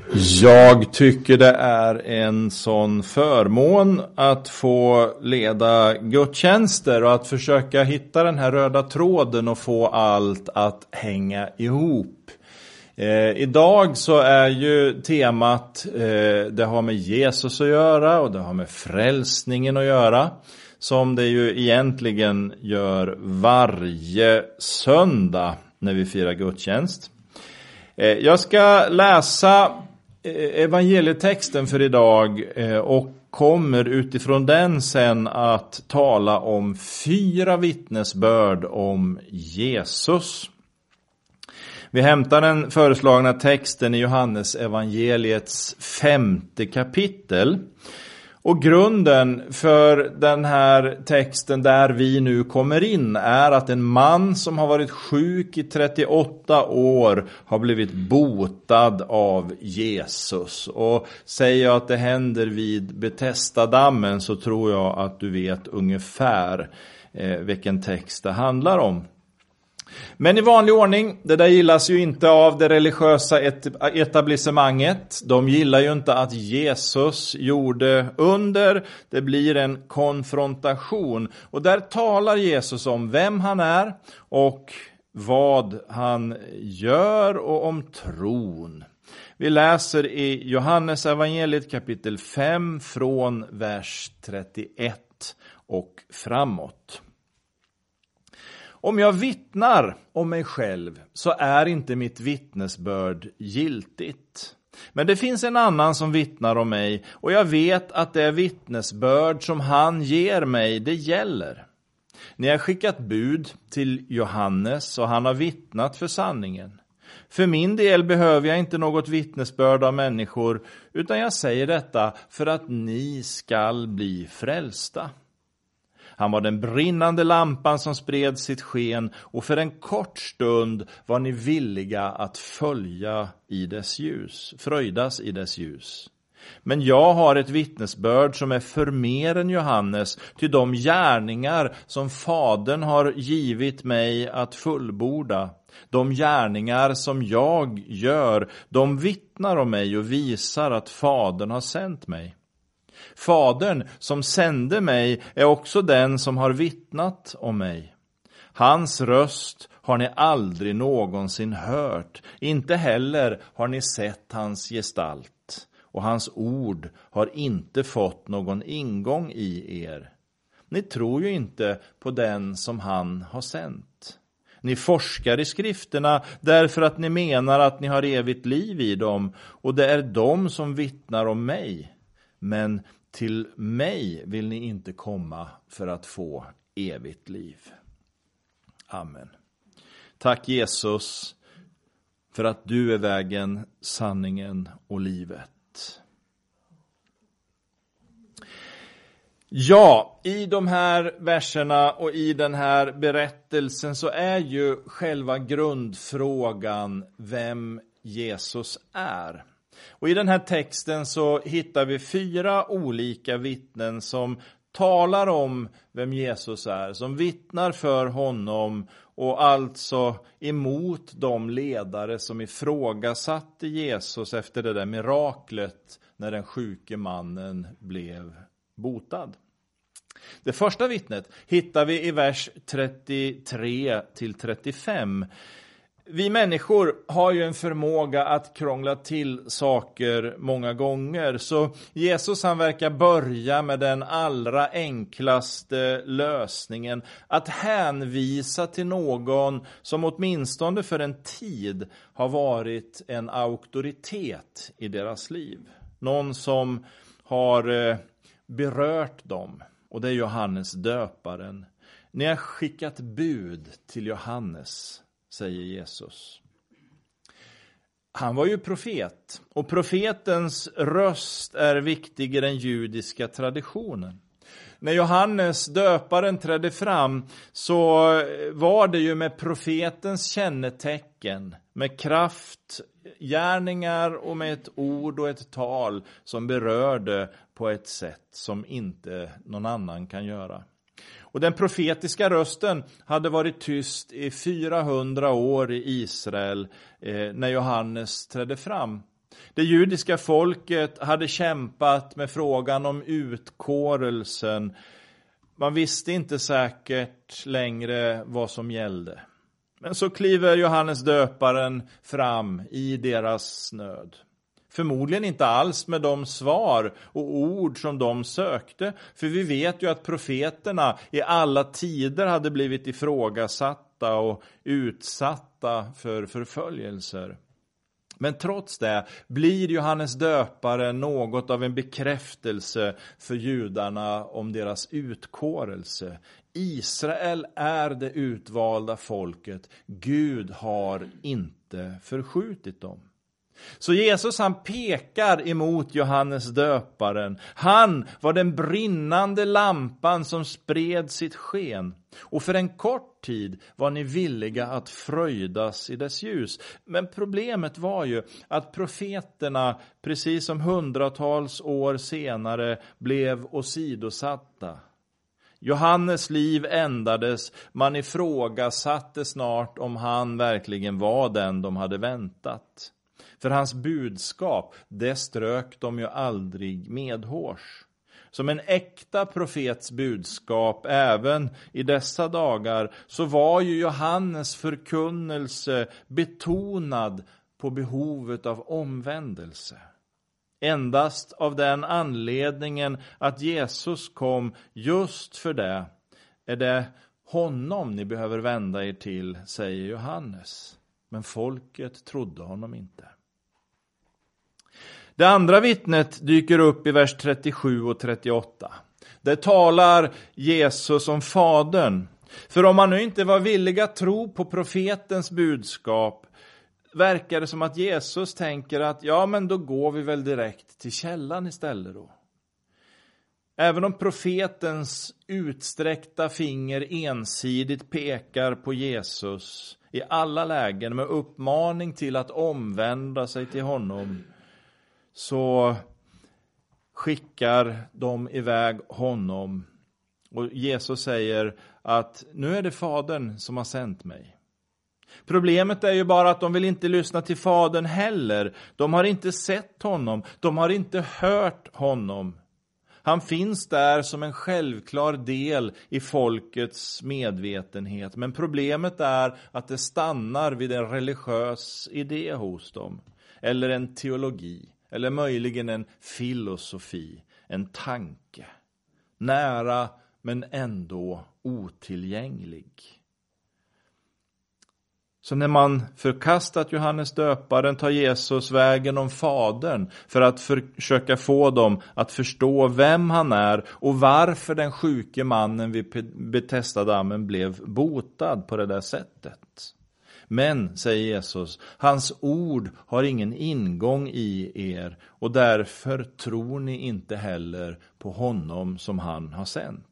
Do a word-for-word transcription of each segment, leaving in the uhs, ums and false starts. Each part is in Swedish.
Jag tycker det är en sån förmån att få leda gudstjänster och att försöka hitta den här röda tråden och få allt att hänga ihop. Eh, idag så är ju temat, eh, det har med Jesus att göra och det har med frälsningen att göra. Som det ju egentligen gör varje söndag när vi firar gudstjänst. Eh, jag ska läsa evangelietexten för idag och kommer utifrån den sen att tala om fyra vittnesbörd om Jesus. Vi hämtar den föreslagna texten i Johannes evangeliets femte kapitel. Och grunden för den här texten där vi nu kommer in är att en man som har varit sjuk i trettioåtta år har blivit botad av Jesus. Och säger jag att det händer vid Betesda-dammen så tror jag att du vet ungefär eh, vilken text det handlar om. Men i vanlig ordning, det där gillas ju inte av det religiösa etablissemanget. De gillar ju inte att Jesus gjorde under. Det blir en konfrontation. Och där talar Jesus om vem han är och vad han gör och om tron. Vi läser i Johannes evangeliet kapitel fem från vers trettioett och framåt. Om jag vittnar om mig själv så är inte mitt vittnesbörd giltigt. Men det finns en annan som vittnar om mig och jag vet att det vittnesbörd som han ger mig det gäller. Ni har skickat bud till Johannes och han har vittnat för sanningen. För min del behöver jag inte något vittnesbörd av människor utan jag säger detta för att ni skall bli frälsta. Han var den brinnande lampan som spred sitt sken och för en kort stund var ni villiga att följa i dess ljus, fröjdas i dess ljus. Men jag har ett vittnesbörd som är för mer än Johannes, till de gärningar som Fadern har givit mig att fullborda. De gärningar som jag gör, de vittnar om mig och visar att Fadern har sänt mig. Fadern som sände mig är också den som har vittnat om mig. Hans röst har ni aldrig någonsin hört. Inte heller har ni sett hans gestalt. Och hans ord har inte fått någon ingång i er. Ni tror ju inte på den som han har sänt. Ni forskar i skrifterna därför att ni menar att ni har evigt liv i dem. Och det är de som vittnar om mig. Men till mig vill ni inte komma för att få evigt liv. Amen. Tack Jesus för att du är vägen, sanningen och livet. Ja, i de här verserna och i den här berättelsen så är ju själva grundfrågan vem Jesus är. Och i den här texten så hittar vi fyra olika vittnen som talar om vem Jesus är, som vittnar för honom och alltså emot de ledare som ifrågasatte Jesus efter det där miraklet när den sjuke mannen blev botad. Det första vittnet hittar vi i vers trettiotre till trettiofem. Vi människor har ju en förmåga att krångla till saker många gånger. Så Jesus han verkar börja med den allra enklaste lösningen. Att hänvisa till någon som åtminstone för en tid har varit en auktoritet i deras liv. Någon som har berört dem. Och det är Johannes döparen. Ni har skickat bud till Johannes, säger Jesus. Han var ju profet. Och profetens röst är viktigare än den judiska traditionen. När Johannes döparen trädde fram så var det ju med profetens kännetecken. Med kraft, gärningar och med ett ord och ett tal som berörde på ett sätt som inte någon annan kan göra. Och den profetiska rösten hade varit tyst i fyrahundra år i Israel eh, när Johannes trädde fram. Det judiska folket hade kämpat med frågan om utkårelsen. Man visste inte säkert längre vad som gällde. Men så kliver Johannes döparen fram i deras nöd. Förmodligen inte alls med de svar och ord som de sökte. För vi vet ju att profeterna i alla tider hade blivit ifrågasatta och utsatta för förföljelser. Men trots det blir Johannes döparen något av en bekräftelse för judarna om deras utkårelse. Israel är det utvalda folket. Gud har inte förskjutit dem. Så Jesus han pekar emot Johannes döparen. Han var den brinnande lampan som spred sitt sken. Och för en kort tid var ni villiga att fröjdas i dess ljus. Men problemet var ju att profeterna, precis som hundratals år senare, blev åsidosatta. Johannes liv ändades, man ifrågasatte snart om han verkligen var den de hade väntat. För hans budskap, det strök de ju aldrig medhårs. Som en äkta profets budskap även i dessa dagar så var ju Johannes förkunnelse betonad på behovet av omvändelse. Endast av den anledningen att Jesus kom just för det är det honom ni behöver vända er till, säger Johannes. Men folket trodde honom inte. Det andra vittnet dyker upp i vers trettiosju och trettioåtta. Där talar Jesus om Fadern. För om man nu inte var villig att tro på profetens budskap verkar det som att Jesus tänker att ja, men då går vi väl direkt till källan istället då. Även om profetens utsträckta finger ensidigt pekar på Jesus i alla lägen med uppmaning till att omvända sig till honom, så skickar de iväg honom. Och Jesus säger att nu är det Fadern som har sänt mig. Problemet är ju bara att de vill inte lyssna till Fadern heller. De har inte sett honom. De har inte hört honom. Han finns där som en självklar del i folkets medvetenhet. Men problemet är att det stannar vid en religiös idé hos dem. Eller en teologi. Eller möjligen en filosofi. En tanke. Nära men ändå otillgänglig. Så när man förkastat Johannes döparen tar Jesus vägen om Fadern för att försöka få dem att förstå vem han är och varför den sjuke mannen vid Betesdadammen blev botad på det där sättet. Men, säger Jesus, hans ord har ingen ingång i er och därför tror ni inte heller på honom som han har sänt.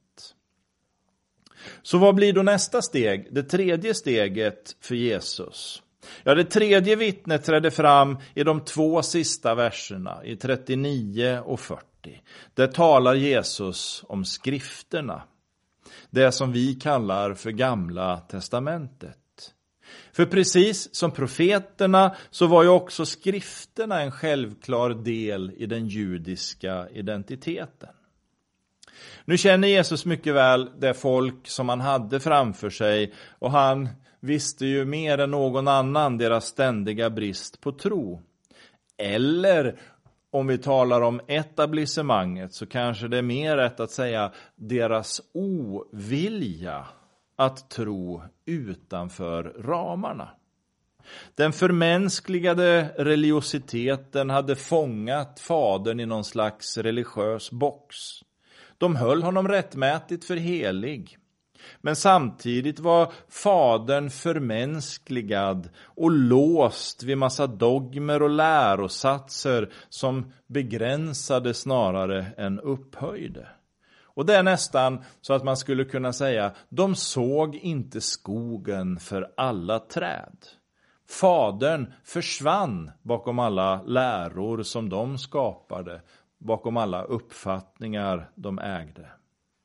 Så vad blir då nästa steg? Det tredje steget för Jesus. Ja, det tredje vittnet trädde fram i de två sista verserna, i trettionio och fyrtio. Där talar Jesus om skrifterna. Det som vi kallar för Gamla testamentet. För precis som profeterna så var ju också skrifterna en självklar del i den judiska identiteten. Nu känner Jesus mycket väl det folk som han hade framför sig och han visste ju mer än någon annan deras ständiga brist på tro. Eller om vi talar om etablissemanget så kanske det är mer rätt att säga deras ovilja att tro utanför ramarna. Den förmänskligade religiositeten hade fångat Fadern i någon slags religiös box. De höll honom rättmätigt för helig. Men samtidigt var Fadern förmänskligad och låst vid massa dogmer och lärosatser som begränsade snarare än upphöjde. Och det är nästan så att man skulle kunna säga, de såg inte skogen för alla träd. Fadern försvann bakom alla läror som de skapade, bakom alla uppfattningar de ägde.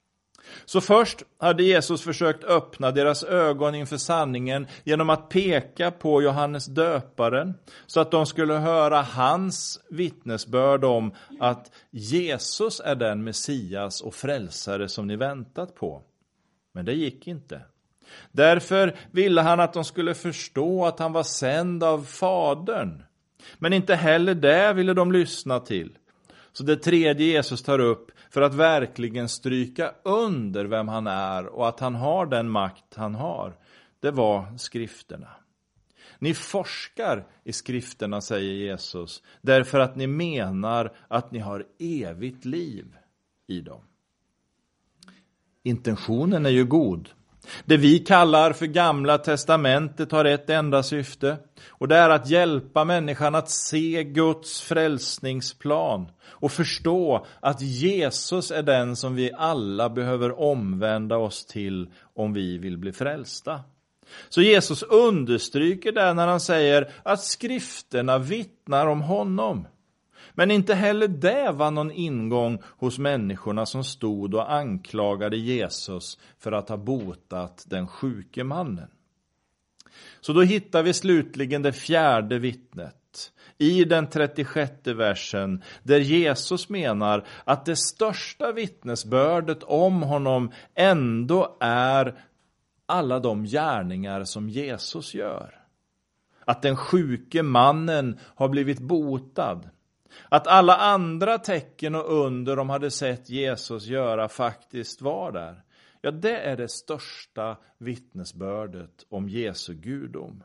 Så först hade Jesus försökt öppna deras ögon inför sanningen genom att peka på Johannes döparen, så att de skulle höra hans vittnesbörd om att Jesus är den Messias och frälsare som ni väntat på. Men det gick inte. Därför ville han att de skulle förstå att han var sänd av Fadern. Men inte heller det ville de lyssna till. Så det tredje Jesus tar upp för att verkligen stryka under vem han är och att han har den makt han har, det var skrifterna. Ni forskar i skrifterna, säger Jesus, därför att ni menar att ni har evigt liv i dem. Intentionen är ju god. Det vi kallar för Gamla testamentet har ett enda syfte, och det är att hjälpa människan att se Guds frälsningsplan och förstå att Jesus är den som vi alla behöver omvända oss till om vi vill bli frälsta. Så Jesus understryker det när han säger att skrifterna vittnar om honom. Men inte heller det var någon ingång hos människorna som stod och anklagade Jesus för att ha botat den sjuke mannen. Så då hittar vi slutligen det fjärde vittnet i den trettiosjätte versen, där Jesus menar att det största vittnesbördet om honom ändå är alla de gärningar som Jesus gör. Att den sjuke mannen har blivit botad. Att alla andra tecken och under de hade sett Jesus göra faktiskt var där. Ja, det är det största vittnesbördet om Jesu gudom.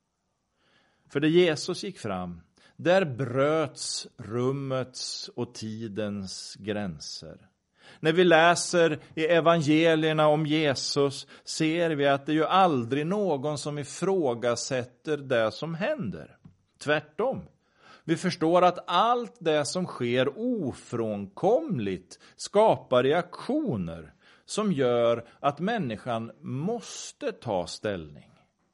För det Jesus gick fram, där bröts rummets och tidens gränser. När vi läser i evangelierna om Jesus ser vi att det är ju aldrig någon som ifrågasätter det som händer. Tvärtom. Vi förstår att allt det som sker ofrånkomligt skapar reaktioner som gör att människan måste ta ställning.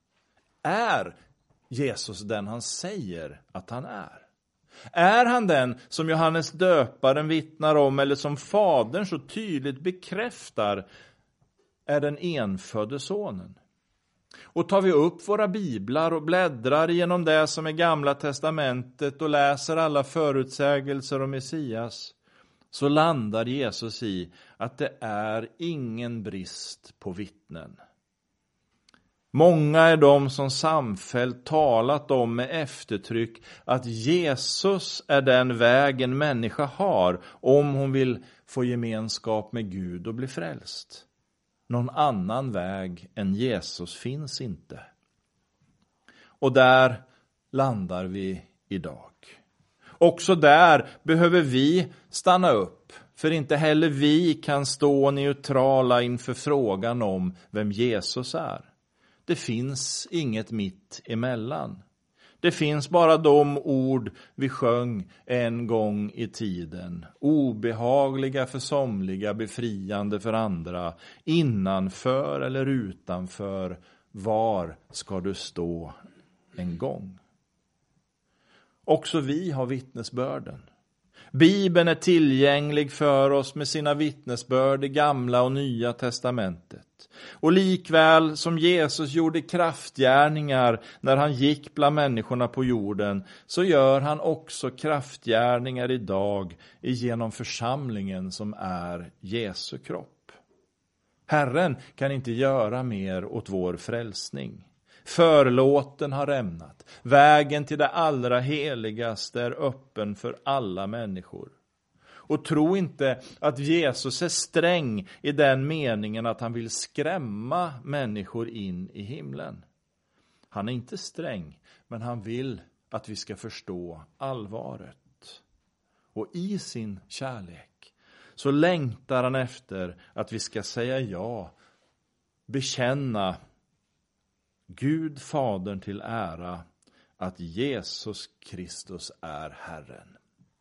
Är Jesus den han säger att han är? Är han den som Johannes döparen vittnar om, eller som Fadern så tydligt bekräftar är den enfödde sonen? Och tar vi upp våra biblar och bläddrar genom det som är Gamla testamentet och läser alla förutsägelser om Messias, så landar Jesus i att det är ingen brist på vittnen. Många är de som samfällt talat om med eftertryck att Jesus är den vägen människa har om hon vill få gemenskap med Gud och bli frälst. Någon annan väg än Jesus finns inte. Och där landar vi idag. Också där behöver vi stanna upp, för inte heller vi kan stå neutrala inför frågan om vem Jesus är. Det finns inget mitt emellan. Det finns bara de ord vi sjöng en gång i tiden. Obehagliga för somliga, befriande för andra. Innanför eller utanför, var ska du stå en gång? Också vi har vittnesbörden. Bibeln är tillgänglig för oss med sina vittnesbörd i Gamla och Nya testamentet. Och likväl som Jesus gjorde kraftgärningar när han gick bland människorna på jorden, så gör han också kraftgärningar idag genom församlingen som är Jesu kropp. Herren kan inte göra mer åt vår frälsning. Förlåten har rämnat. Vägen till det allra heligaste är öppen för alla människor. Och tro inte att Jesus är sträng i den meningen att han vill skrämma människor in i himlen. Han är inte sträng, men han vill att vi ska förstå allvaret. Och i sin kärlek så längtar han efter att vi ska säga ja, bekänna Gud Fadern till ära att Jesus Kristus är Herren.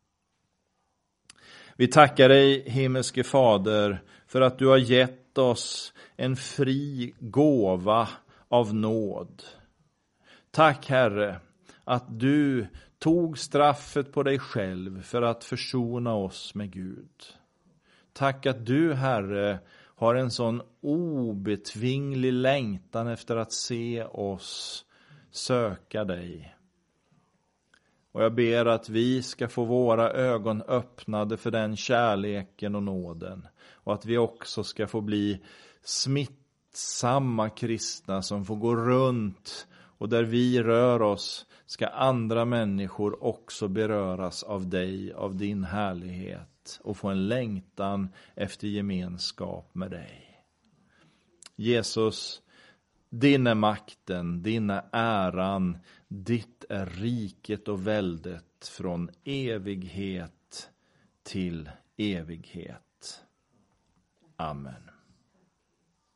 Vi tackar dig, himmelske Fader, för att du har gett oss en fri gåva av nåd. Tack, Herre, att du tog straffet på dig själv för att försona oss med Gud. Tack att du, Herre, har en sån obetvinglig längtan efter att se oss söka dig. Och jag ber att vi ska få våra ögon öppnade för den kärleken och nåden. Och att vi också ska få bli smittsamma kristna som får gå runt. Och där vi rör oss ska andra människor också beröras av dig, av din härlighet. Och få en längtan efter gemenskap med dig. Jesus, din är makten, din är äran, ditt är riket och väldet från evighet till evighet. Amen.